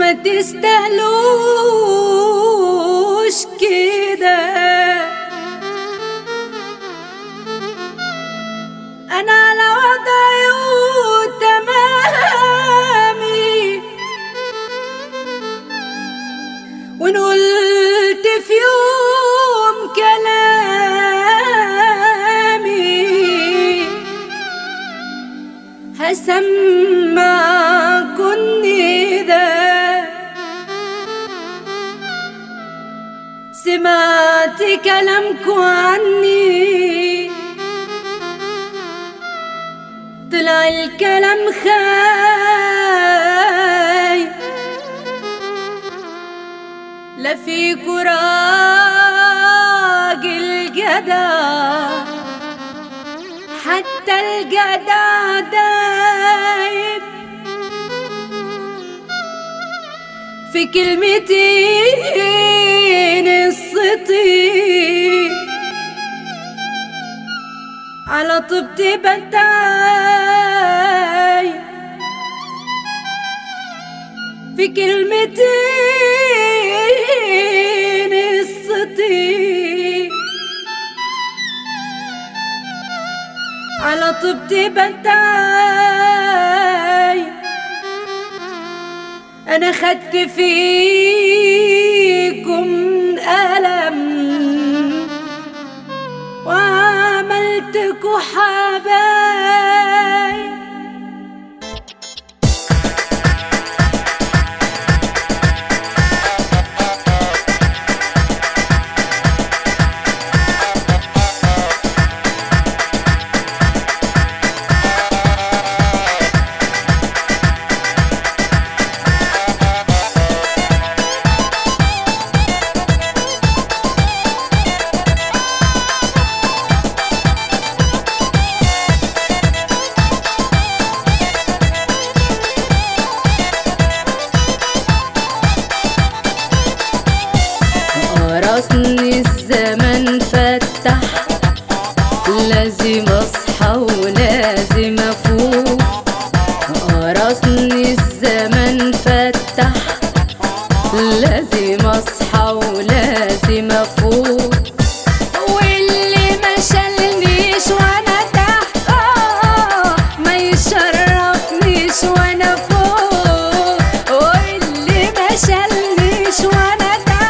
ما تستاهلوش كده. انا على وضعي وتمامي، وان قلت في يوم كلامي هسمع كني ده. سمعت كلامكوا عني، طلع الكلام خاي، لا فيكوا راجل جدع، حتى الجدع دايب في كلمتين السطير، على طبتي بتاي في كلمتين السطير، على طبتي بتاي. انا خدت فيكم ألم وعملتكوا حبايب، راسني الزمن فتح، لازم اصحى ولازم افوق. راسني الزمن فتح، لازم اصحى ولازم افوق. واللي ما شالنيش وانا تحت ما يشرفنيش وانا فوق. واللي ما شالنيش وانا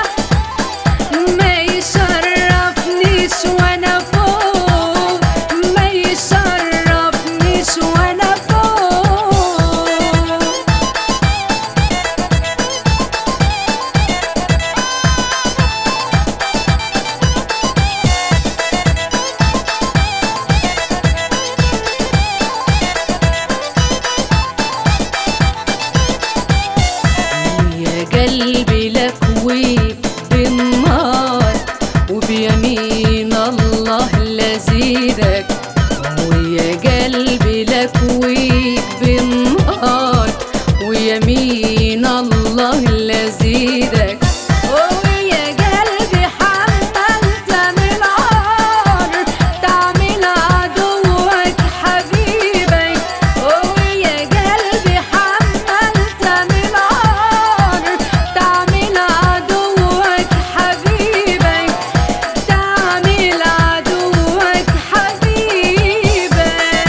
قلبي لكويك بالنار، وبيمين الله لزيدك. ويا قلبي لكويك بالنار، ويمين الله لزيدك. ويا قلبي حملت من العار، تعمل عدوك حبيبي. ويا قلبي حملت من العار، تعمل عدوك حبيبي، تعمل عدوك حبيبي.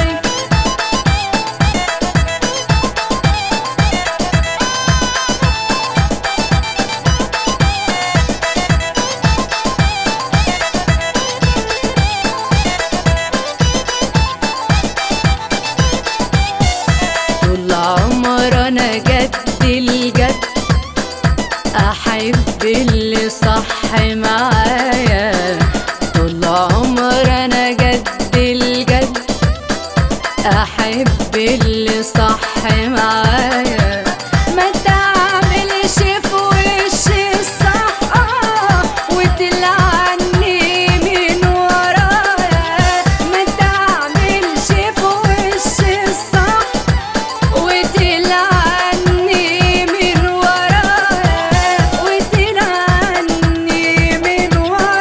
طول عمر انا جد الجد، احب اللي صح معايا. طول عمر انا جد الجد، احب اللي صح معايا. ما تعملش في وشي الصح وتلعني من ورايا. ما تعملش في وشي الصح وتلعني من ورايا، وتلعني من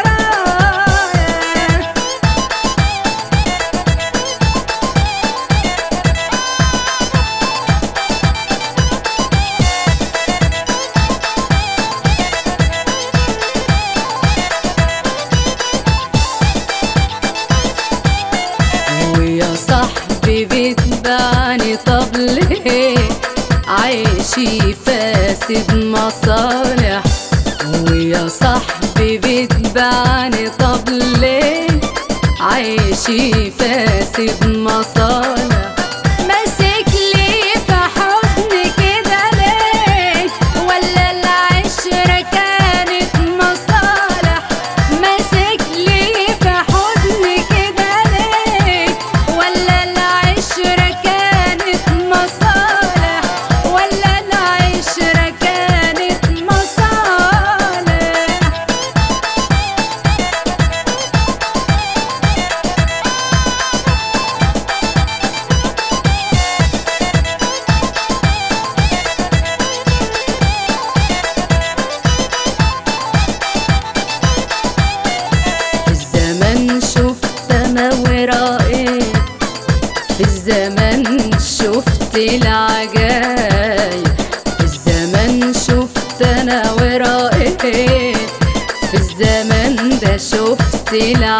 ورايا. بتبعني، طب ليه عايشي فاسد مصالح؟ ويا صاحبي بتبعني، طب ليه عايشي فاسد مصالح؟ ماسك لي في حزن كده ليه؟ ولا العشرة كانت مصالح؟ ماسك لي في حزن كده ليه؟ ولا العشرة كانت مصالح؟ ولا العشرة كانت مصالح؟ شفت انا ورائي، في الزمن شفت العجايب، في الزمن شفت انا ورائي، في الزمن ده شفت العجايب.